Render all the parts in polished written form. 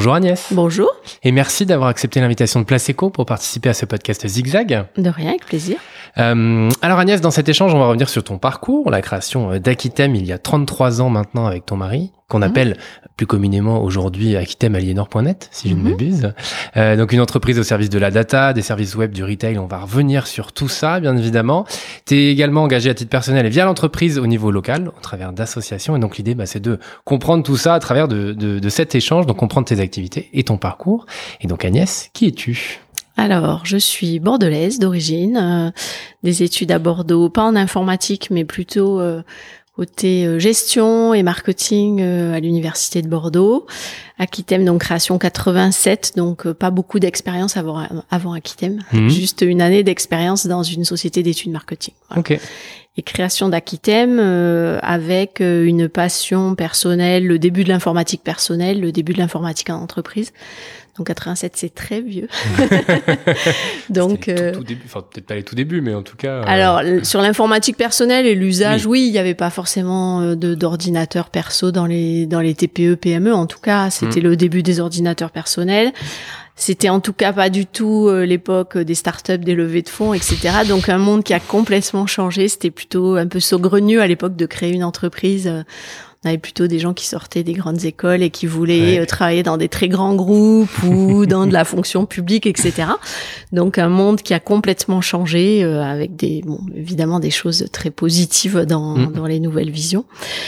Bonjour Agnès. Bonjour. Et merci d'avoir accepté l'invitation de Place Éco pour participer à ce podcast Zigzag. De rien, avec plaisir. Alors Agnès, dans cet échange, on va revenir sur ton parcours, la création d'Akitem il y a 33 ans maintenant avec ton mari, qu'on appelle plus communément aujourd'hui akitem-alienor.net, si je ne m'abuse. Donc une entreprise au service de la data, des services web, du retail. On va revenir sur tout ça, bien évidemment. Tu es également engagé à titre personnel et via l'entreprise au niveau local, au travers d'associations. Et donc l'idée, c'est de comprendre tout ça à travers de cet échange, donc comprendre tes activités et ton parcours. Et donc Agnès, qui es-tu ? Alors, je suis bordelaise d'origine, des études à Bordeaux, pas en informatique, mais plutôt côté gestion et marketing à l'université de Bordeaux. Akitem, donc création 87, donc pas beaucoup d'expérience avant Akitem, juste une année d'expérience dans une société d'études marketing. Voilà. Ok. Et création d'Akitem avec une passion personnelle, le début de l'informatique personnelle, le début de l'informatique en entreprise. Donc 87, c'est très vieux. Donc tout début, enfin peut-être pas les tout débuts, mais en tout cas. Alors sur l'informatique personnelle et l'usage, oui, il y avait pas forcément d'ordinateurs perso dans les TPE, PME. En tout cas, c'était le début des ordinateurs personnels. C'était en tout cas pas du tout l'époque des startups, des levées de fonds, etc. Donc un monde qui a complètement changé. C'était plutôt un peu saugrenu à l'époque de créer une entreprise. On avait plutôt des gens qui sortaient des grandes écoles et qui voulaient travailler dans des très grands groupes ou dans de la fonction publique, etc. Donc un monde qui a complètement changé avec évidemment des choses très positives dans les nouvelles visions.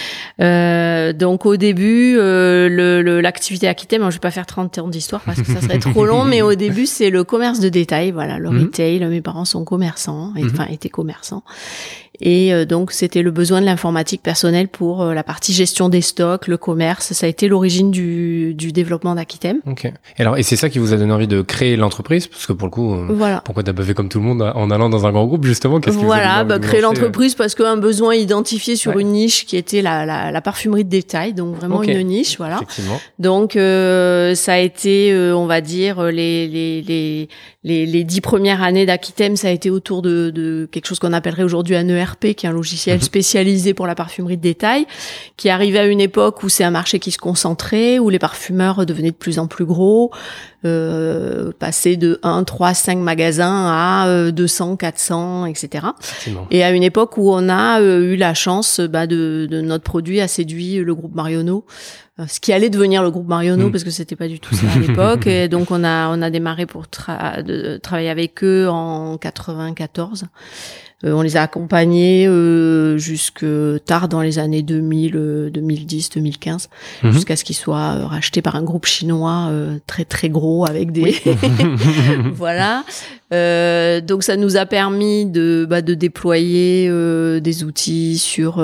Donc au début, l'activité Akitem, je vais pas faire 30 ans d'histoire parce que ça serait trop long, mais au début c'est le commerce de détail, voilà, le retail. Mes parents sont commerçants, étaient commerçants. Et donc c'était le besoin de l'informatique personnelle pour la partie gestion des stocks, le commerce. Ça a été l'origine du développement d'Akitem. Ok. Et c'est ça qui vous a donné envie de créer l'entreprise, parce que pour le coup, pourquoi t'as pas fait comme tout le monde en allant dans un grand groupe justement? Qu'est-ce qui vous a donné créer l'entreprise parce qu'un besoin identifié sur une niche qui était la parfumerie de détail, donc vraiment une niche, voilà. Effectivement. Donc ça a été, on va dire, les 10 premières années d'Akitem, ça a été autour de quelque chose qu'on appellerait aujourd'hui un ERP, qui est un logiciel spécialisé pour la parfumerie de détail, qui arrivait à une époque où c'est un marché qui se concentrait, où les parfumeurs devenaient de plus en plus gros, passaient de 1, 3, 5 magasins à 200, 400, etc. Et à une époque où on a eu la chance de notre produit a séduit le groupe Marionneau, ce qui allait devenir le groupe Marionneau parce que c'était pas du tout ça à l'époque. Et donc on a démarré pour travailler avec eux en 94. On les a accompagnés jusque tard dans les années 2000, 2010, 2015, jusqu'à ce qu'ils soient rachetés par un groupe chinois très très gros avec des voilà. Donc ça nous a permis de déployer des outils sur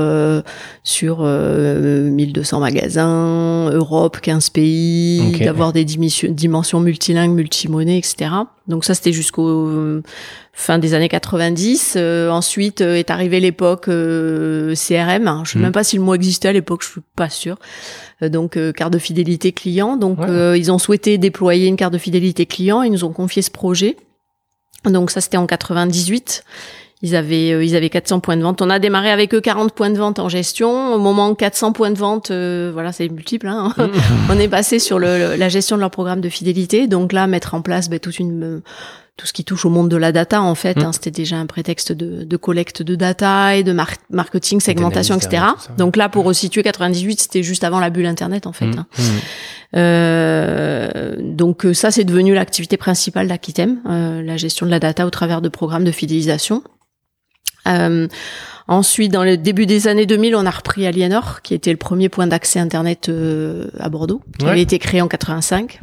1200 magasins, Europe, 15 pays, d'avoir des dimensions multilingues, multimonnaies, etc. Donc ça c'était jusqu'au fin des années 90. Ensuite est arrivée l'époque CRM. Je sais même pas si le mot existait à l'époque, je suis pas sûre. Donc carte de fidélité client. Donc ils ont souhaité déployer une carte de fidélité client. Ils nous ont confié ce projet. Donc ça c'était en 98. Ils avaient 400 points de vente. On a démarré avec eux 40 points de vente en gestion. Au moment où 400 points de vente, c'est multiple. Hein. On est passé sur la gestion de leur programme de fidélité. Donc là, mettre en place tout ce qui touche au monde de la data, en fait. C'était déjà un prétexte de collecte de data et de marketing, segmentation, etc. Donc là, pour resituer 98, c'était juste avant la bulle Internet, en fait. Donc ça, c'est devenu l'activité principale d'Akitem, la gestion de la data au travers de programmes de fidélisation. Ensuite, dans le début des années 2000, on a repris Alienor, qui était le premier point d'accès Internet à Bordeaux, qui avait été créé en 85.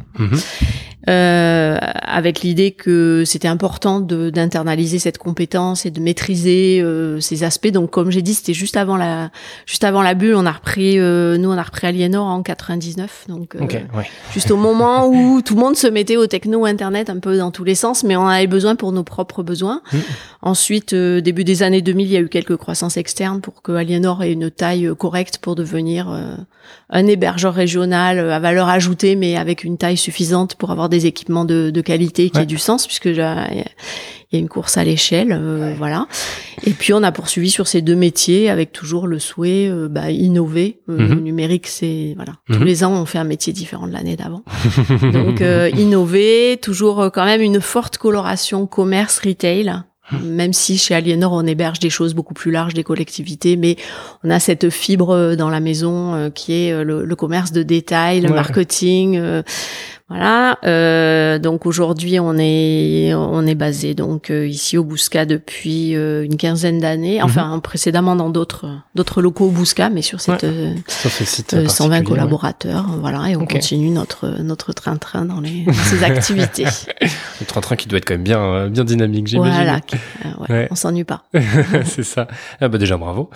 Avec l'idée que c'était important d'internaliser cette compétence et de maîtriser ces aspects. Donc, comme j'ai dit, c'était juste avant la bulle. On a repris Alienor en 99. Donc, juste au moment où tout le monde se mettait au techno Internet un peu dans tous les sens, mais on avait besoin pour nos propres besoins. Ensuite, début des années 2000, il y a eu quelques croissances externes pour que Alienor ait une taille correcte pour devenir un hébergeur régional à valeur ajoutée, mais avec une taille suffisante pour avoir des des équipements de qualité qui aient du sens, puisque il y a une course à l'échelle, voilà. Et puis on a poursuivi sur ces 2 métiers avec toujours le souhait innover. Le numérique, c'est voilà. Tous les ans, on fait un métier différent de l'année d'avant. Donc innover, toujours quand même une forte coloration commerce retail. Même si chez Aliénor, on héberge des choses beaucoup plus larges, des collectivités, mais on a cette fibre dans la maison qui est le commerce de détail, le marketing. Voilà. Donc aujourd'hui, on est basé donc ici au Bouscat depuis une quinzaine d'années. Enfin, précédemment dans d'autres locaux au Bouscat, mais sur cette sur ce site 120 collaborateurs. Voilà, et on continue notre train-train dans ces activités. Le train-train qui doit être quand même bien dynamique, j'imagine. Voilà, on s'ennuie pas. C'est ça. Ah bah déjà bravo.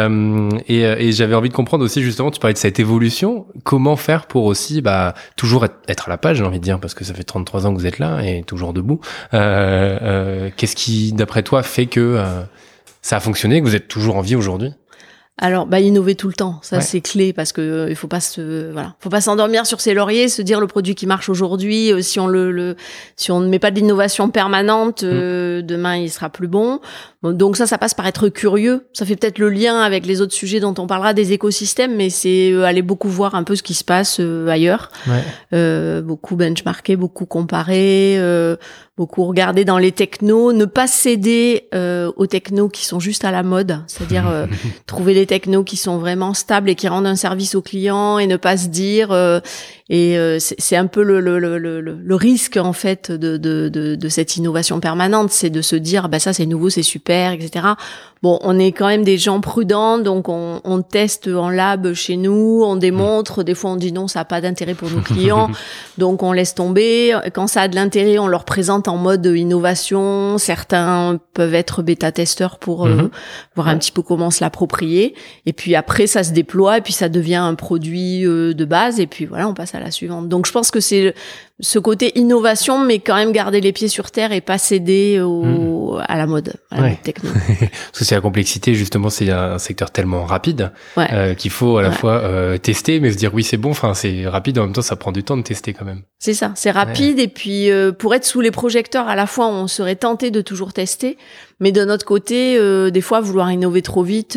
Et j'avais envie de comprendre aussi justement, tu parlais de cette évolution. Comment faire pour aussi toujours être à la page, j'ai envie de dire, parce que ça fait 33 ans que vous êtes là et toujours debout. Qu'est-ce qui, d'après toi, fait que ça a fonctionné, que vous êtes toujours en vie aujourd'hui? Alors, innover tout le temps, ça c'est clé, parce que il faut pas s'endormir sur ses lauriers, se dire le produit qui marche aujourd'hui, si on ne met pas de l'innovation permanente, demain il sera plus bon. Donc ça passe par être curieux. Ça fait peut-être le lien avec les autres sujets dont on parlera des écosystèmes, mais c'est aller beaucoup voir un peu ce qui se passe ailleurs, beaucoup benchmarker, beaucoup comparer, beaucoup regarder dans les technos, ne pas céder aux technos qui sont juste à la mode, c'est-à-dire trouver des technos qui sont vraiment stables et qui rendent un service au client, et ne pas se dire c'est un peu le risque en fait de cette innovation permanente, c'est de se dire ça c'est nouveau, c'est super, etc. Bon, on est quand même des gens prudents, donc on teste en lab chez nous, on démontre, des fois on dit non, ça a pas d'intérêt pour nos clients, donc on laisse tomber. Quand ça a de l'intérêt, on leur présente en mode innovation. Certains peuvent être bêta-testeurs pour voir un petit peu comment se l'approprier, et puis après ça se déploie, et puis ça devient un produit de base, et puis voilà, on passe à la suivante. Donc je pense que c'est ce côté innovation, mais quand même garder les pieds sur terre et pas céder à la mode, à la mode techno. Parce que c'est la complexité, justement, c'est un secteur tellement rapide qu'il faut à la fois tester, mais se dire oui c'est bon, enfin c'est rapide, en même temps ça prend du temps de tester quand même. C'est ça, c'est rapide, et puis pour être sous les projecteurs, à la fois on serait tenté de toujours tester, mais de notre côté, des fois vouloir innover trop vite,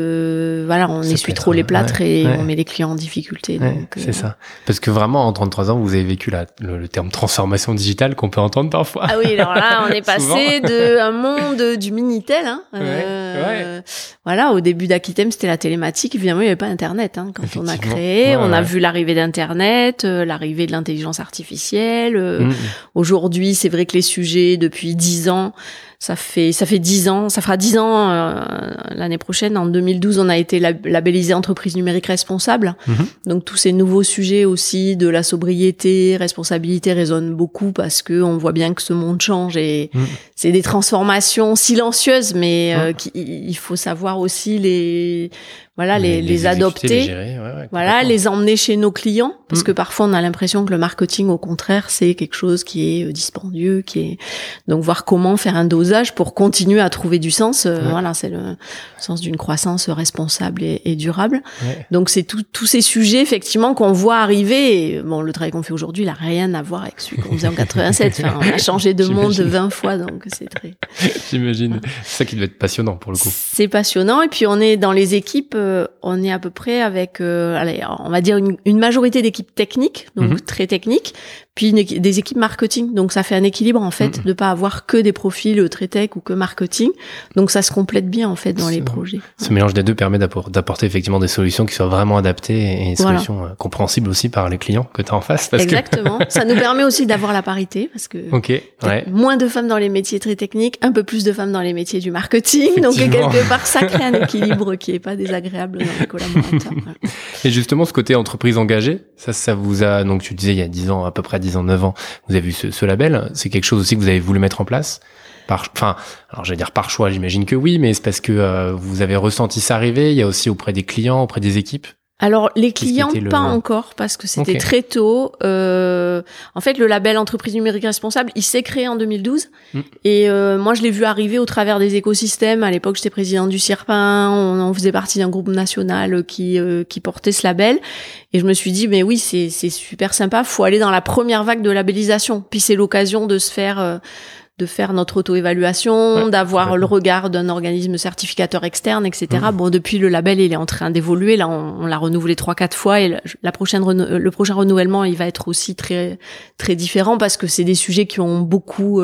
on essuie trop les plâtres et on met les clients en difficulté. Donc, c'est ça. Parce que vraiment, en 33 ans, vous avez vécu le terme transformation digitale qu'on peut entendre parfois. Ah oui, alors là, on est passé d'un monde du Minitel. Voilà, au début d'Aquitem, c'était la télématique. Évidemment, il n'y avait pas Internet. Quand on a créé, on a vu l'arrivée d'Internet, l'arrivée de l'intelligence artificielle. Aujourd'hui, c'est vrai que les sujets, depuis 10 ans, ça fait 10 ans, ça fera 10 ans l'année prochaine. En 2012, on a été labellisé entreprise numérique responsable. Donc tous ces nouveaux sujets aussi de la sobriété, responsabilité résonnent beaucoup, parce que on voit bien que ce monde change, et c'est des transformations silencieuses, mais il faut savoir aussi les adopter, les gérer, les emmener chez nos clients, parce que parfois on a l'impression que le marketing, au contraire, c'est quelque chose qui est dispendieux, donc voir comment faire un dosage pour continuer à trouver du sens. Voilà, c'est le sens d'une croissance responsable et durable. Donc c'est tous ces sujets effectivement qu'on voit arriver. Et, bon, le travail qu'on fait aujourd'hui, il a rien à voir avec celui qu'on faisait en 87. Enfin, on a changé de monde 20 fois, donc c'est très. J'imagine. C'est ça qui doit être passionnant pour le coup. C'est passionnant, et puis on est dans les équipes. On est à peu près avec, on va dire une majorité d'équipes techniques, donc très techniques, puis des équipes marketing. Donc ça fait un équilibre en fait, de pas avoir que des profils très tech ou que marketing. Donc ça se complète bien en fait dans les projets. Ce mélange des deux permet d'apporter effectivement des solutions qui soient vraiment adaptées, et des solutions compréhensibles aussi par les clients que tu as en face. Exactement. Ça nous permet aussi d'avoir la parité, parce que moins de femmes dans les métiers très techniques, un peu plus de femmes dans les métiers du marketing. Donc quelque part, ça crée un équilibre qui est pas désagréable dans les collaborateurs. Et justement, ce côté entreprise engagée, ça vous a, donc tu disais il y a 10 ans, à peu près 10 ans, 9 ans, vous avez vu ce label. C'est quelque chose aussi que vous avez voulu mettre en place alors j'allais dire par choix, j'imagine que oui, mais c'est parce que vous avez ressenti ça arriver. Il y a aussi auprès des clients, auprès des équipes. Alors les clients pas encore parce que c'était très tôt. En fait, le label entreprise numérique responsable, il s'est créé en 2012 et moi je l'ai vu arriver au travers des écosystèmes. À l'époque, j'étais présidente du CIRPIN, on faisait partie d'un groupe national qui portait ce label et je me suis dit mais oui, c'est super sympa, faut aller dans la première vague de labellisation. Puis c'est l'occasion de se faire de faire notre auto-évaluation, d'avoir le regard d'un organisme certificateur externe, etc. Bon, depuis, le label, il est en train d'évoluer. Là, on l'a renouvelé 3-4 fois et le prochain renouvellement, il va être aussi très, très différent parce que c'est des sujets qui ont beaucoup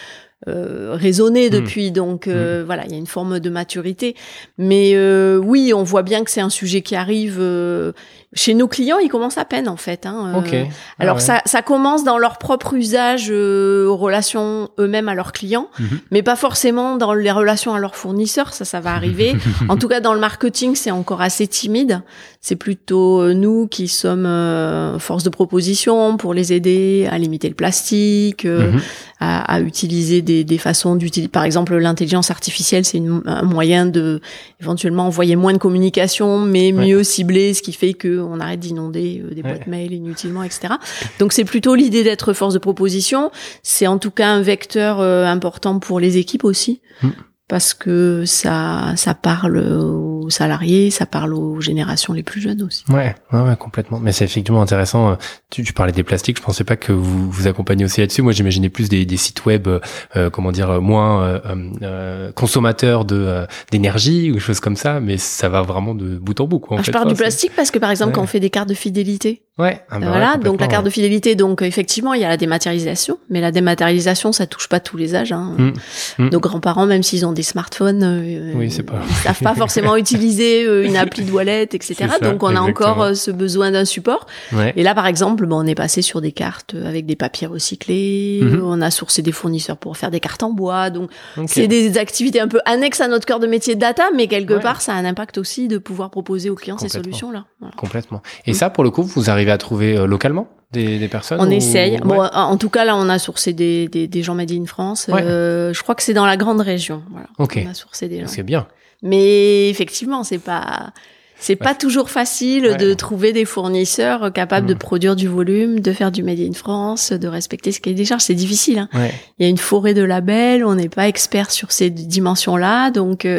résonné depuis. Donc, voilà, il y a une forme de maturité. Mais oui, on voit bien que c'est un sujet qui arrive... Chez nos clients, ils commencent à peine en fait. Alors ça commence dans leur propre usage aux relations eux-mêmes à leurs clients, mais pas forcément dans les relations à leurs fournisseurs. Ça va arriver. En tout cas, dans le marketing, c'est encore assez timide. C'est plutôt nous qui sommes force de proposition pour les aider à limiter le plastique, à utiliser des façons d'utiliser. Par exemple, l'intelligence artificielle, c'est un moyen de éventuellement envoyer moins de communication, mais mieux cibler, ce qui fait que on arrête d'inonder des boîtes mail inutilement, etc. Donc c'est plutôt l'idée d'être force de proposition. C'est en tout cas un vecteur important pour les équipes aussi, parce que ça parle aux salariés, ça parle aux générations les plus jeunes aussi. Ouais, complètement. Mais c'est effectivement intéressant. Tu parlais des plastiques, je pensais pas que vous accompagnez aussi là-dessus. Moi, j'imaginais plus des sites web, moins consommateurs d'énergie ou des choses comme ça, mais ça va vraiment de bout en bout, quoi. Je parle du plastique parce que, par exemple, quand on fait des cartes de fidélité. Donc la carte de fidélité, donc effectivement, il y a la dématérialisation, mais la dématérialisation, ça touche pas tous les âges. Nos grands-parents, même s'ils ont des smartphones, ils savent pas forcément utiliser une appli de wallet, etc. Ça, donc on a encore ce besoin d'un support. Et là, par exemple, on est passé sur des cartes avec des papiers recyclés. On a sourcé des fournisseurs pour faire des cartes en bois. Donc c'est des activités un peu annexes à notre cœur de métier de data, mais quelque part, ça a un impact aussi de pouvoir proposer aux clients ces solutions-là. Voilà. Complètement. Et ça, pour le coup, vous arrivez à trouver localement des personnes? On essaye. Bon, en tout cas, là, on a sourcé des gens made in France. Je crois que c'est dans la grande région. Voilà. On a sourcé des gens. C'est bien. Mais effectivement, c'est pas toujours facile de trouver des fournisseurs capables de produire du volume, de faire du made in France, de respecter ce cahier des charges. C'est difficile. Il y a une forêt de labels. On n'est pas expert sur ces dimensions-là. Donc,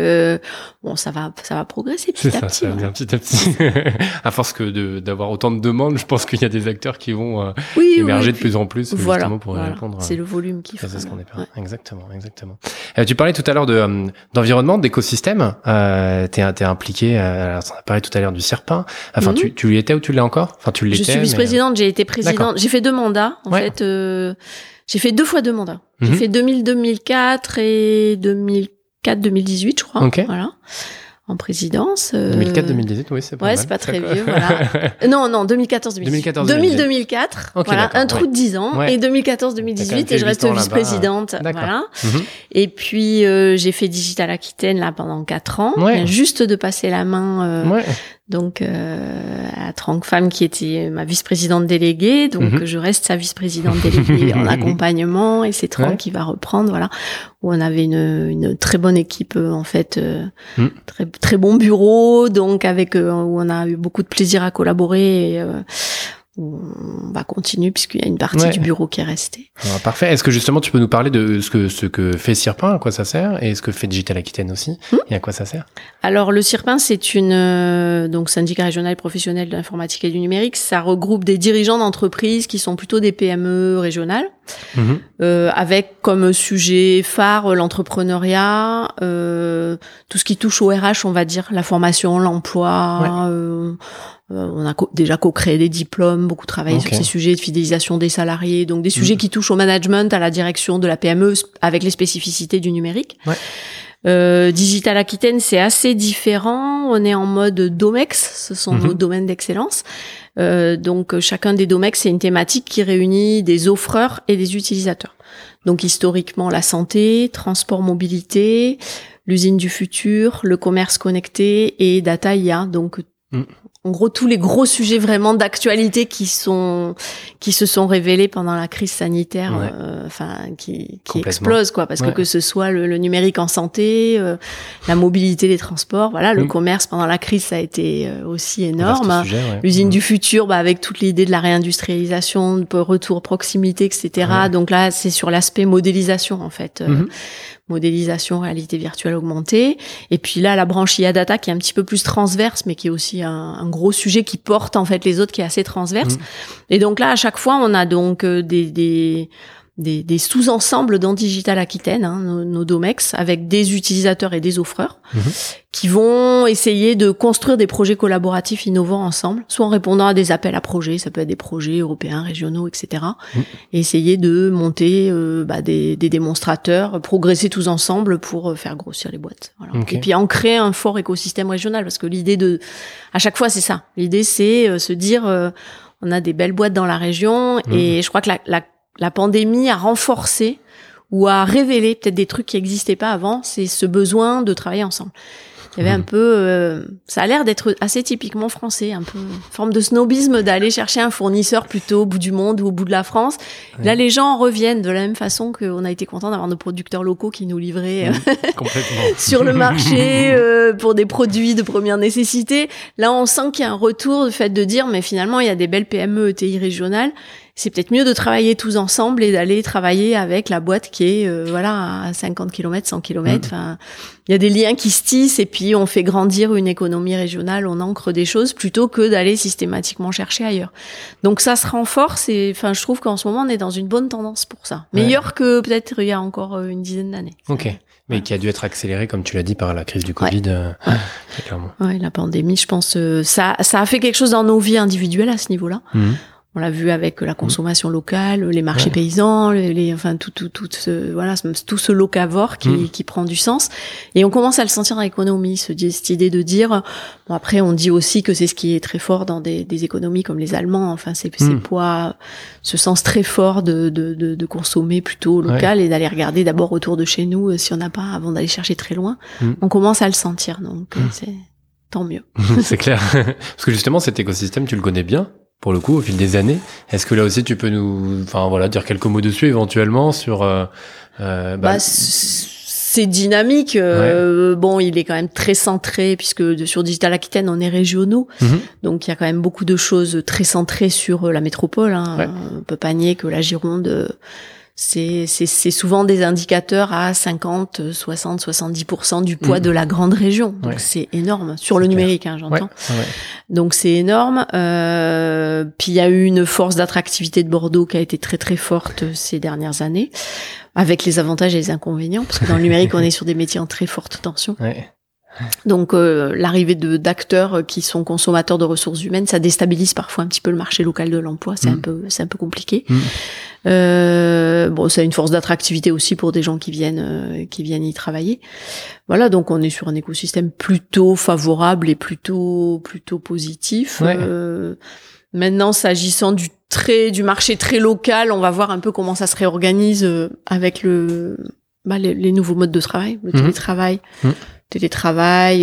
ça va progresser petit à petit. Ça va bien petit à petit. À force d'avoir autant de demandes, je pense qu'il y a des acteurs qui vont émerger de plus en plus, justement, pour répondre. C'est le volume qui fait. C'est ce qu'on est. Exactement. Tu parlais tout à l'heure d'environnement, d'écosystème. T'es impliqué, alors, on a parlé tout à l'heure du CIRPIN. Enfin, tu y étais ou tu l'es encore? Enfin, tu l'étais. Je suis vice-présidente, j'ai été présidente. J'ai fait 2 mandats. En fait, j'ai fait 2 fois 2 mandats. J'ai fait 2000-2004 et 2004-2018, je crois. Voilà. En présidence. 2004-2018, oui, c'est pas mal. Ouais, c'est pas très vieux, voilà. Non, 2014-2018. 2000-2004. Voilà, un trou de 10 ans. Et 2014-2018, et je reste vice-présidente. Voilà. Et puis, j'ai fait Digital Aquitaine, là, pendant 4 ans. Juste de passer la main, donc, à Trank Femme, qui était ma vice-présidente déléguée. Donc, je reste sa vice-présidente déléguée en accompagnement, et c'est Trank qui va reprendre, voilà. Où on avait une très bonne équipe, en fait, très, très bon bureau, donc où on a eu beaucoup de plaisir à collaborer, et, on va continuer puisqu'il y a une partie du bureau qui est restée. Alors, parfait. Est-ce que justement tu peux nous parler de ce que fait CIRPIN, à quoi ça sert, et ce que fait Digital Aquitaine aussi, et à quoi ça sert? Alors le CIRPIN, c'est donc syndicat régional professionnel de l'informatique et du numérique. Ça regroupe des dirigeants d'entreprises qui sont plutôt des PME régionales, avec comme sujet phare l'entrepreneuriat, tout ce qui touche au RH, on va dire, la formation, l'emploi. On a déjà co-créé des diplômes, beaucoup travaillé sur ces sujets de fidélisation des salariés, donc des sujets qui touchent au management, à la direction de la PME, avec les spécificités du numérique. Digital Aquitaine, c'est assez différent. On est en mode DOMEX, ce sont nos domaines d'excellence. Donc chacun des DOMEX, c'est une thématique qui réunit des offreurs et des utilisateurs. Donc historiquement, la santé, transport, mobilité, l'usine du futur, le commerce connecté et data IA. Donc en gros tous les gros sujets vraiment d'actualité qui se sont révélés pendant la crise sanitaire, qui explosent quoi, parce que ce soit le numérique en santé, la mobilité des transports, voilà, le commerce pendant la crise ça a été aussi énorme. L'usine du futur, avec toute l'idée de la réindustrialisation, de retour proximité, etc. Donc là c'est sur l'aspect modélisation en fait. Modélisation, réalité virtuelle augmentée. Et puis là, la branche IA Data qui est un petit peu plus transverse, mais qui est aussi un gros sujet qui porte en fait les autres, qui est assez transverse. Et donc là, à chaque fois, on a donc des sous-ensembles dans Digital Aquitaine, nos Domex, avec des utilisateurs et des offreurs qui vont essayer de construire des projets collaboratifs innovants ensemble, soit en répondant à des appels à projets, ça peut être des projets européens, régionaux, etc. Et essayer de monter des démonstrateurs, progresser tous ensemble pour faire grossir les boîtes. Voilà. Et puis en créer un fort écosystème régional, parce que l'idée à chaque fois c'est ça. L'idée c'est se dire on a des belles boîtes dans la région et je crois que la pandémie a renforcé ou a révélé peut-être des trucs qui n'existaient pas avant, c'est ce besoin de travailler ensemble. Il y avait un peu, ça a l'air d'être assez typiquement français, un peu une forme de snobisme d'aller chercher un fournisseur plutôt au bout du monde ou au bout de la France. Là, les gens en reviennent de la même façon qu'on a été content d'avoir nos producteurs locaux qui nous livraient sur le marché pour des produits de première nécessité. Là, on sent qu'il y a un retour du fait de dire, mais finalement, il y a des belles PME, ETI régionales. C'est peut-être mieux de travailler tous ensemble et d'aller travailler avec la boîte qui est à 50 km, 100 km. Enfin, il y a des liens qui se tissent et puis on fait grandir une économie régionale, on ancre des choses plutôt que d'aller systématiquement chercher ailleurs. Donc ça se renforce et je trouve qu'en ce moment on est dans une bonne tendance pour ça. Meilleure que peut-être il y a encore une dizaine d'années. OK. Mais qui a dû être accéléré, comme tu l'as dit, par la crise du Covid, clairement. Ouais, la pandémie, je pense, ça a fait quelque chose dans nos vies individuelles à ce niveau-là. On l'a vu avec la consommation locale, les marchés paysans, tout ce locavore qui prend du sens. Et on commence à le sentir dans l'économie, cette idée de dire, après on dit aussi que c'est ce qui est très fort dans des économies comme les Allemands, ces poids, ce sens très fort de consommer plutôt local et d'aller regarder d'abord autour de chez nous si on n'a pas, avant d'aller chercher très loin. On commence à le sentir, donc c'est tant mieux. C'est clair. Parce que justement, cet écosystème, tu le connais bien. Pour le coup, au fil des années, est-ce que là aussi tu peux nous, dire quelques mots dessus éventuellement sur c'est dynamique. Il est quand même très centré puisque sur Digital Aquitaine on est régionaux, donc il y a quand même beaucoup de choses très centrées sur la métropole. On peut pas nier que la Gironde, c'est souvent des indicateurs à 50, 60, 70% du poids de la grande région. Donc c'est énorme sur le numérique, j'entends. Donc c'est énorme. Puis il y a eu une force d'attractivité de Bordeaux qui a été très très forte ces dernières années, avec les avantages et les inconvénients, parce que dans le numérique on est sur des métiers en très forte tension. Donc l'arrivée d'acteurs qui sont consommateurs de ressources humaines, ça déstabilise parfois un petit peu le marché local de l'emploi, c'est un peu compliqué. Ça a une force d'attractivité aussi pour des gens qui viennent y travailler. Voilà, donc on est sur un écosystème plutôt favorable et plutôt positif. Maintenant, s'agissant du marché très local, on va voir un peu comment ça se réorganise avec les nouveaux modes de travail, le télétravail,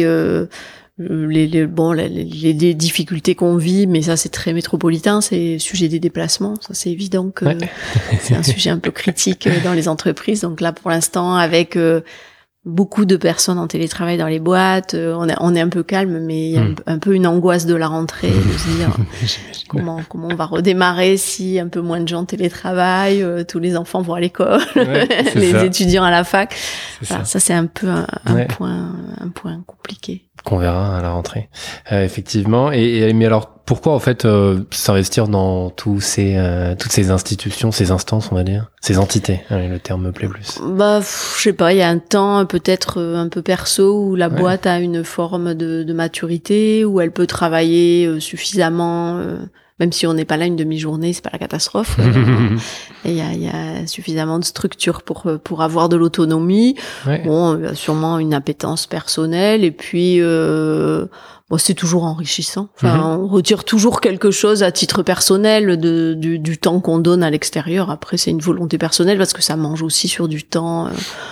les difficultés qu'on vit, mais ça c'est très métropolitain, c'est le sujet des déplacements, ça c'est évident que c'est un sujet un peu critique dans les entreprises. Donc là pour l'instant avec beaucoup de personnes en télétravail dans les boîtes, on est un peu calme, mais il y a un peu une angoisse de la rentrée, de se dire comment on va redémarrer si un peu moins de gens télétravaillent, tous les enfants vont à l'école, les étudiants à la fac. Ça c'est un peu un point compliqué. Qu'on verra à la rentrée, effectivement. Mais alors, pourquoi en fait s'investir dans toutes ces institutions, ces instances, on va dire, ces entités? Le terme me plaît plus. Je sais pas. Il y a un temps peut-être un peu perso où la boîte a une forme de maturité, où elle peut travailler suffisamment. Même si on n'est pas là une demi-journée, c'est pas la catastrophe. Et il y a suffisamment de structure pour avoir de l'autonomie. Bon, il y a sûrement une appétence personnelle et puis c'est toujours enrichissant. On retire toujours quelque chose à titre personnel du temps qu'on donne à l'extérieur. Après, c'est une volonté personnelle parce que ça mange aussi sur du temps.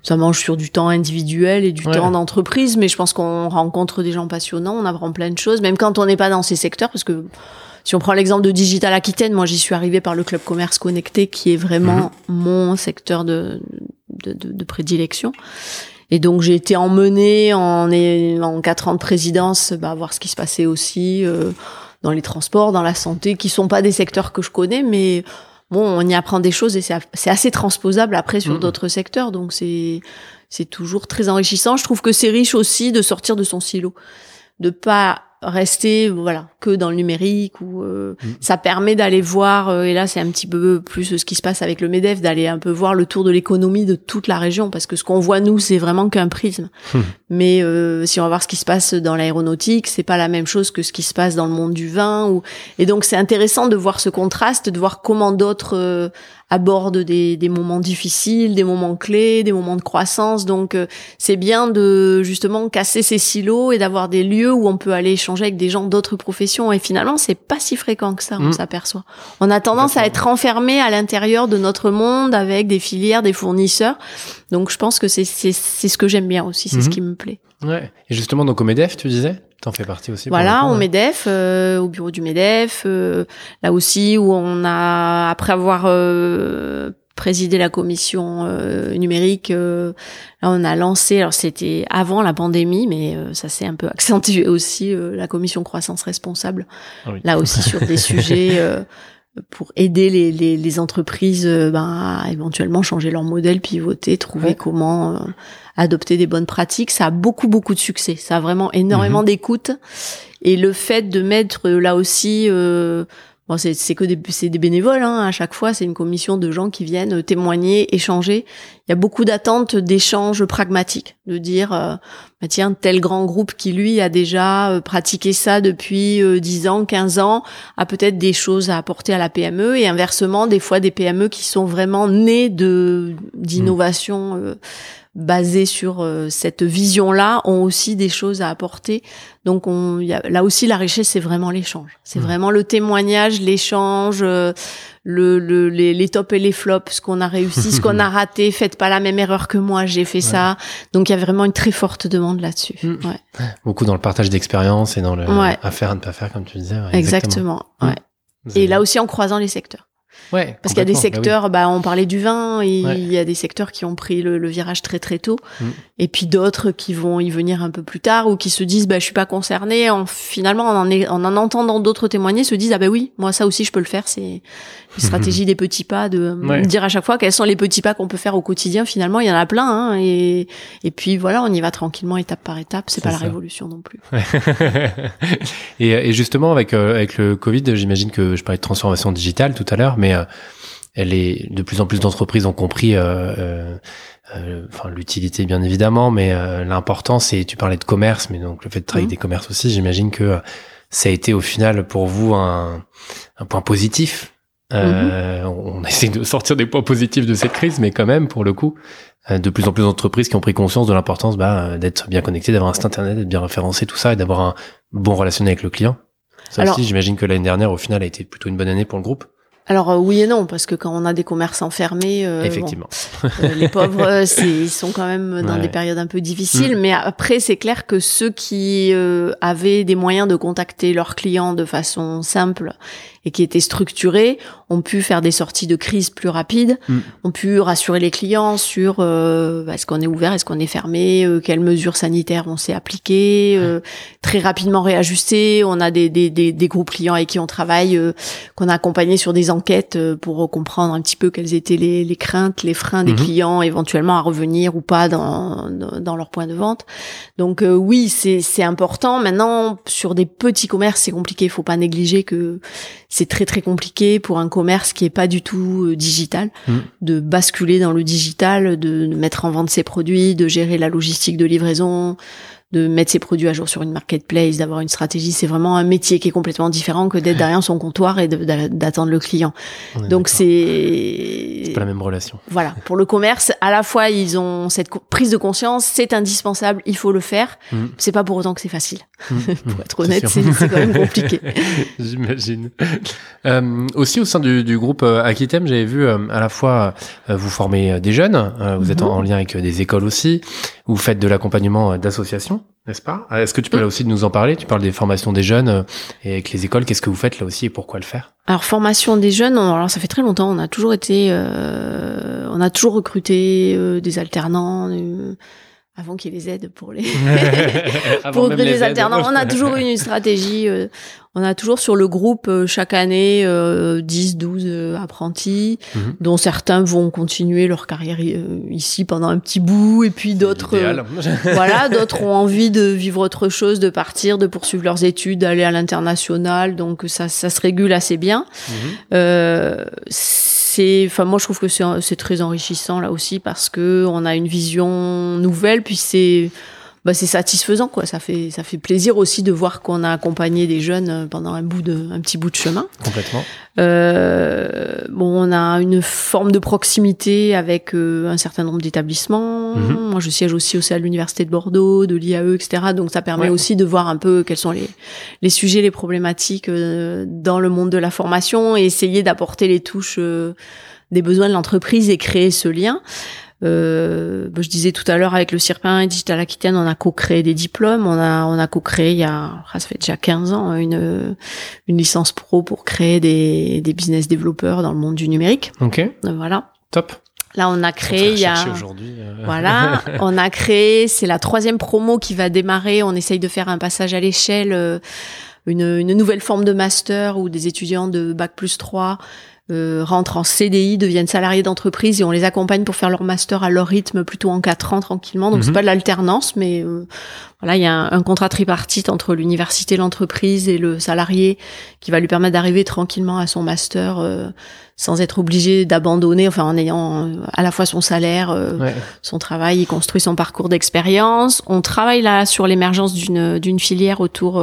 ça mange sur du temps individuel et du temps d'entreprise, mais je pense qu'on rencontre des gens passionnants, on apprend plein de choses, même quand on n'est pas dans ces secteurs, parce que si on prend l'exemple de Digital Aquitaine, moi j'y suis arrivée par le Club Commerce Connecté, qui est vraiment mon secteur de prédilection. Et donc j'ai été emmenée en 4 ans de présidence, voir ce qui se passait aussi dans les transports, dans la santé, qui sont pas des secteurs que je connais, mais bon, on y apprend des choses et c'est assez transposable après sur d'autres secteurs, donc c'est toujours très enrichissant. Je trouve que c'est riche aussi de sortir de son silo, de pas rester que dans le numérique, ou ça permet d'aller voir, et là c'est un petit peu plus ce qui se passe avec le MEDEF, d'aller un peu voir le tour de l'économie de toute la région, parce que ce qu'on voit nous c'est vraiment qu'un prisme, mais si on va voir ce qui se passe dans l'aéronautique, c'est pas la même chose que ce qui se passe dans le monde du vin, et donc c'est intéressant de voir ce contraste, de voir comment d'autres abordent des moments difficiles, des moments clés, des moments de croissance. Donc c'est bien de justement casser ces silos et d'avoir des lieux où on peut aller échanger avec des gens d'autres professions, et finalement c'est pas si fréquent que ça, on s'aperçoit. On a tendance à être enfermé à l'intérieur de notre monde avec des filières, des fournisseurs. Donc je pense que c'est ce que j'aime bien aussi, c'est ce qui me plaît. Ouais. Et justement donc au MEDEF, tu disais, t'en fais partie aussi. Voilà, au MEDEF, au bureau du MEDEF, là aussi où on a, après avoir présidé la commission numérique, là on a lancé, alors c'était avant la pandémie, mais ça s'est un peu accentué aussi, la commission croissance responsable, là aussi sur des sujets pour aider les entreprises à éventuellement changer leur modèle, pivoter, trouver comment adopter des bonnes pratiques. Ça a beaucoup de succès, ça a vraiment énormément d'écoute, et le fait de mettre là aussi c'est des bénévoles à chaque fois, c'est une commission de gens qui viennent témoigner, échanger. Il y a beaucoup d'attentes d'échanges pragmatiques, de dire tiens, tel grand groupe qui lui a déjà pratiqué ça depuis 10 ans, 15 ans, a peut-être des choses à apporter à la PME, et inversement des fois des PME qui sont vraiment nées d'innovation basées sur cette vision-là ont aussi des choses à apporter. Donc là aussi la richesse, c'est vraiment l'échange. C'est vraiment le témoignage, l'échange, les tops et les flops, ce qu'on a réussi, ce qu'on a raté. Faites pas la même erreur que moi, j'ai fait ça. Donc il y a vraiment une très forte demande là-dessus. Beaucoup dans le partage d'expérience et dans le à faire, à ne pas faire, comme tu disais. Exactement. Et là aussi en croisant les secteurs. Parce qu'il y a des secteurs, on parlait du vin, il y a des secteurs qui ont pris le virage très très tôt, et puis d'autres qui vont y venir un peu plus tard, ou qui se disent je suis pas concerné, finalement en entendant d'autres témoigner, se disent oui, moi ça aussi je peux le faire. C'est une stratégie des petits pas, de dire à chaque fois quels sont les petits pas qu'on peut faire au quotidien. Finalement il y en a plein, et puis voilà, on y va tranquillement, étape par étape. C'est pas la révolution non plus. Et justement avec le Covid, j'imagine que je parlais de transformation digitale tout à l'heure, mais de plus en plus d'entreprises ont compris l'utilité bien évidemment, mais l'importance, et tu parlais de commerce, mais donc le fait de travailler avec des commerces aussi, j'imagine que ça a été au final pour vous un point positif. On essaie de sortir des points positifs de cette crise, mais quand même pour le coup de plus en plus d'entreprises qui ont pris conscience de l'importance d'être bien connecté, d'avoir un site internet, d'être bien référencé, tout ça, et d'avoir un bon relationnel avec le client. Ça aussi, j'imagine que l'année dernière au final a été plutôt une bonne année pour le groupe. Alors oui et non, parce que quand on a des commerçants fermés, effectivement, les pauvres, ils sont quand même dans des périodes un peu difficiles. Mais après, c'est clair que ceux qui avaient des moyens de contacter leurs clients de façon simple et qui étaient structurés ont pu faire des sorties de crise plus rapides, ont pu rassurer les clients sur est-ce qu'on est ouvert, est-ce qu'on est fermé, quelles mesures sanitaires on s'est appliquées, très rapidement réajuster. On a des groupes clients avec qui on travaille, qu'on a accompagnés sur des enquêtes pour comprendre un petit peu quelles étaient les craintes, les freins des clients éventuellement à revenir ou pas dans leur point de vente. Donc oui, c'est important. Maintenant, sur des petits commerces, c'est compliqué. Il faut pas négliger que c'est très très compliqué pour un commerce qui est pas du tout digital, de basculer dans le digital, de mettre en vente ses produits, de gérer la logistique de livraison, de mettre ses produits à jour sur une marketplace, d'avoir une stratégie. C'est vraiment un métier qui est complètement différent que d'être derrière son comptoir et d'attendre le client. Donc c'est pas la même relation. Voilà. Pour le commerce, à la fois, ils ont cette prise de conscience, c'est indispensable, il faut le faire. C'est pas pour autant que c'est facile. Pour être honnête, c'est quand même compliqué. J'imagine. Aussi, au sein du groupe Aquitem, j'avais vu à la fois vous formez des jeunes, vous êtes en lien avec des écoles aussi, vous faites de l'accompagnement d'associations, n'est-ce pas? Est-ce que tu peux là aussi nous en parler? Tu parles des formations des jeunes et avec les écoles, qu'est-ce que vous faites là aussi et pourquoi le faire? Alors, formation des jeunes, alors ça fait très longtemps, on a toujours recruté des alternants, avant qu'ils les aident pour recruter des alternants. On a toujours eu une stratégie. On a toujours sur le groupe chaque année 10, 12 apprentis, dont certains vont continuer leur carrière ici pendant un petit bout, et puis d'autres, d'autres ont envie de vivre autre chose, de partir, de poursuivre leurs études, d'aller à l'international. Donc ça se régule assez bien. Moi je trouve que c'est très enrichissant là aussi parce que on a une vision nouvelle, puis c'est satisfaisant quoi. Ça fait plaisir aussi de voir qu'on a accompagné des jeunes pendant un petit bout de chemin. Complètement. On a une forme de proximité avec un certain nombre d'établissements. Moi je siège aussi à l'université de Bordeaux, de l'IAE, etc. Donc ça permet aussi de voir un peu quels sont les sujets, les problématiques dans le monde de la formation et essayer d'apporter les touches des besoins de l'entreprise et créer ce lien. Je disais tout à l'heure avec le CIRPIN et Digital Aquitaine, on a co-créé des diplômes, on a co-créé ça fait déjà 15 ans une licence pro pour créer des business développeurs dans le monde du numérique. OK. Voilà. Top. Là, on a créé Voilà, on a créé, c'est la 3e promo qui va démarrer, on essaye de faire un passage à l'échelle, une nouvelle forme de master où des étudiants de Bac+3 rentrent en CDI, deviennent salariés d'entreprise et on les accompagne pour faire leur master à leur rythme, plutôt en 4 ans tranquillement. Donc c'est pas de l'alternance, mais il y a un contrat tripartite entre l'université, l'entreprise et le salarié qui va lui permettre d'arriver tranquillement à son master sans être obligé d'abandonner, en ayant à la fois son salaire, son travail, il construit son parcours d'expérience. On travaille là sur l'émergence d'une filière autour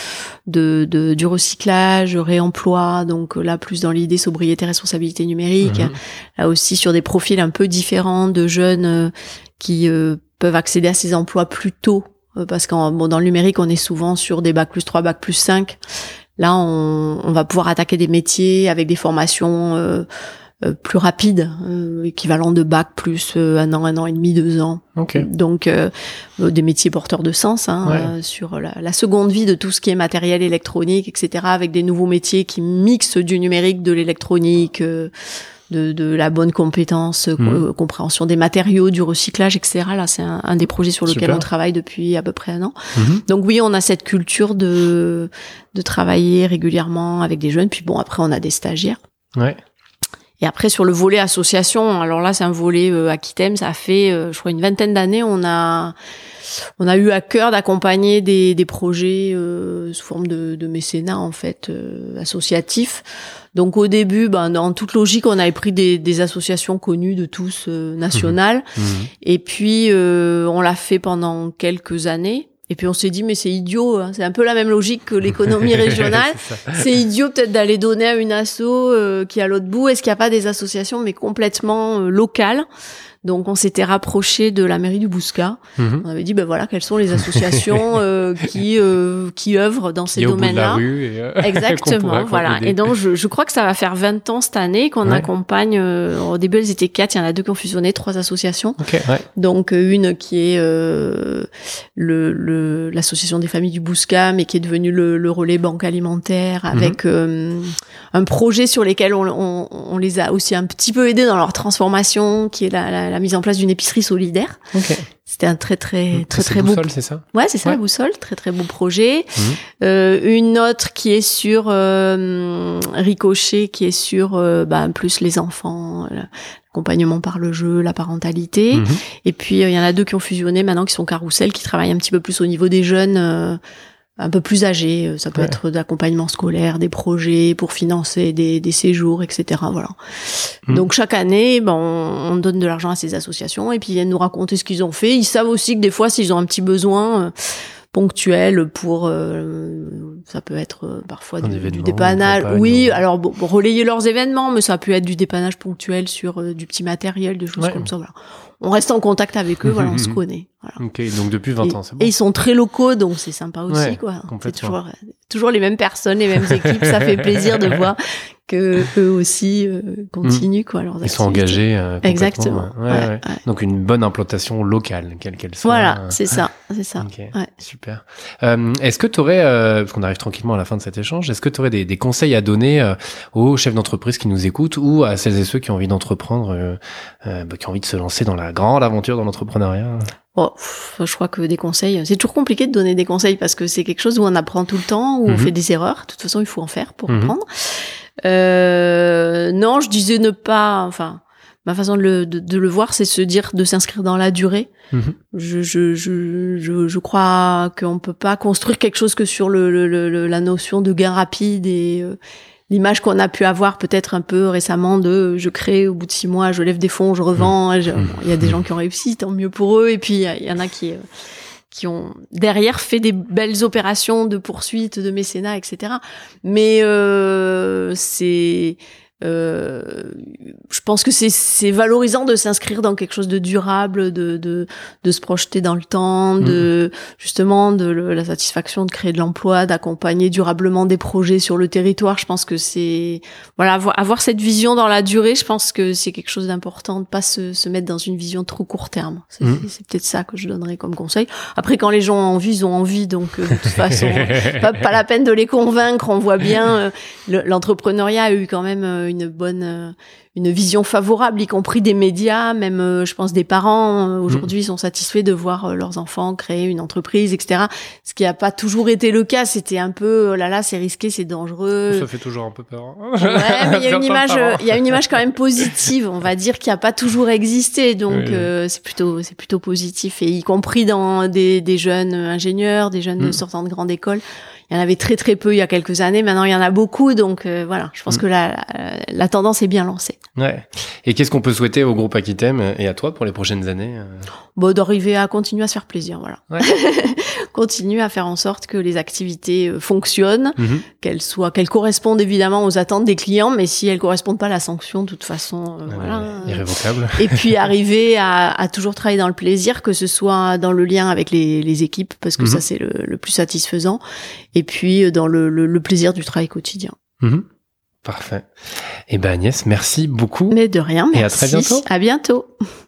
du recyclage, réemploi, donc là plus dans l'idée sobriété, responsabilité numérique, là aussi sur des profils un peu différents de jeunes qui peuvent accéder à ces emplois plus tôt, parce dans le numérique on est souvent sur des Bac+3, Bac+5. Là, on va pouvoir attaquer des métiers avec des formations plus rapides, équivalent de bac plus 1 an et demi, 2 ans. Okay. Donc, des métiers porteurs de sens, sur la seconde vie de tout ce qui est matériel électronique, etc., avec des nouveaux métiers qui mixent du numérique, de l'électronique, de la bonne compétence, compréhension des matériaux, du recyclage, etc. Là, c'est un des projets sur lequel on travaille depuis à peu près 1 an. Donc oui, on a cette culture de travailler régulièrement avec des jeunes. Puis après, on a des stagiaires. Ouais. Et après, sur le volet association, alors là, c'est un volet Aquitem. Ça fait, je crois, une 20aine d'années, on a eu à cœur d'accompagner des projets sous forme de mécénat, en fait, associatif. Donc au début, dans toute logique, on avait pris des associations connues de tous, nationales. Et puis, on l'a fait pendant quelques années. Et puis on s'est dit, mais c'est idiot, hein. C'est un peu la même logique que l'économie régionale. C'est idiot peut-être d'aller donner à une asso qui est à l'autre bout. Est-ce qu'il n'y a pas des associations, mais complètement locales? Donc on s'était rapproché de la mairie du Bouscat. On avait dit quelles sont les associations qui œuvrent dans ces domaines-là. Exactement, voilà. Et donc je crois que ça va faire 20 ans cette année qu'on accompagne. Au début elles étaient 4, il y en a 2 qui ont fusionné, 3 associations. Donc une qui est l'association des familles du Bouscat, mais qui est devenue le relais banque alimentaire avec un projet sur lesquels on les a aussi un petit peu aidés dans leur transformation, qui est la mise en place d'une épicerie solidaire. C'était un très beau. Boussole, c'est ça? Ouais, c'est ça, la Boussole. Très beau projet. Une autre qui est sur Ricochet, qui est sur plus les enfants, l'accompagnement par le jeu, la parentalité. Et puis il y en a 2 qui ont fusionné maintenant, qui sont Carousel, qui travaillent un petit peu plus au niveau des jeunes. Un peu plus âgés, ça peut être d'accompagnement scolaire, des projets pour financer des séjours, etc. Voilà. Donc chaque année, on donne de l'argent à ces associations et puis ils viennent nous raconter ce qu'ils ont fait. Ils savent aussi que des fois, s'ils ont un petit besoin ponctuel pour, ça peut être parfois du dépannage. Oui, alors relayer leurs événements, mais ça peut être du dépannage ponctuel sur du petit matériel, des choses comme ça. Voilà. On reste en contact avec eux, on se connaît. Voilà. Ok, donc depuis 20 ans, c'est bon. Et ils sont très locaux, donc c'est sympa aussi, Ouais, quoi. complètement. C'est toujours les mêmes personnes, les mêmes équipes. Ça fait plaisir de voir que eux aussi continuent, quoi, leurs Ils sont activités. engagés. Exactement. Ouais. Donc une bonne implantation locale, quelle qu'elle soit. Voilà, c'est ça. Ok, Ouais. super. Est-ce que tu aurais, parce qu'on arrive tranquillement à la fin de cet échange, est-ce que tu aurais des conseils à donner aux chefs d'entreprise qui nous écoutent ou à celles et ceux qui ont envie d'entreprendre, qui ont envie de se lancer dans la grande aventure dans l'entrepreneuriat? Bon, je crois que des conseils, c'est toujours compliqué de donner des conseils parce que c'est quelque chose où on apprend tout le temps, où on fait des erreurs. De toute façon, il faut en faire pour apprendre. Non, je disais ma façon de le voir, c'est se dire de s'inscrire dans la durée. Je crois qu'on peut pas construire quelque chose que sur la notion de gain rapide et l'image qu'on a pu avoir peut-être un peu récemment de je crée au bout de 6 mois, je lève des fonds, je revends. Il y a des gens qui ont réussi, tant mieux pour eux. Et puis il y en a qui ont derrière fait des belles opérations de poursuite, de mécénat, etc. Mais je pense que c'est valorisant de s'inscrire dans quelque chose de durable, de se projeter dans le temps, justement de la satisfaction de créer de l'emploi, d'accompagner durablement des projets sur le territoire. Je pense que c'est avoir cette vision dans la durée. Je pense que c'est quelque chose d'important, de pas se mettre dans une vision trop court terme. C'est peut-être ça que je donnerais comme conseil. Après, quand les gens ont envie, ils ont envie. Donc de toute façon, pas la peine de les convaincre. On voit bien l'entrepreneuriat a eu quand même une vision favorable, y compris des médias, même je pense des parents aujourd'hui sont satisfaits de voir leurs enfants créer une entreprise, etc. Ce qui n'a pas toujours été le cas. C'était un peu oh là là, c'est risqué, c'est dangereux. Ça fait toujours un peu peur. Ouais, mais il y a une image quand même positive, on va dire, qui a pas toujours existé. Donc c'est plutôt positif, et y compris dans des jeunes ingénieurs, des jeunes sortant de grande école. Il y en avait très très peu il y a quelques années. Maintenant, il y en a beaucoup. Donc voilà, je pense que la tendance est bien lancée. Ouais. Et qu'est-ce qu'on peut souhaiter au groupe Akitem et à toi pour les prochaines années? Bon, d'arriver à continuer à se faire plaisir, voilà. Ouais. Continuer à faire en sorte que les activités fonctionnent, qu'elles correspondent évidemment aux attentes des clients, mais si elles correspondent pas à la sanction, de toute façon, irrévocable. Et puis arriver à toujours travailler dans le plaisir, que ce soit dans le lien avec les équipes, parce que ça c'est le plus satisfaisant, et puis dans le plaisir du travail quotidien. Parfait. Eh ben Agnès, merci beaucoup. Mais de rien, merci. Et à très bientôt. À bientôt.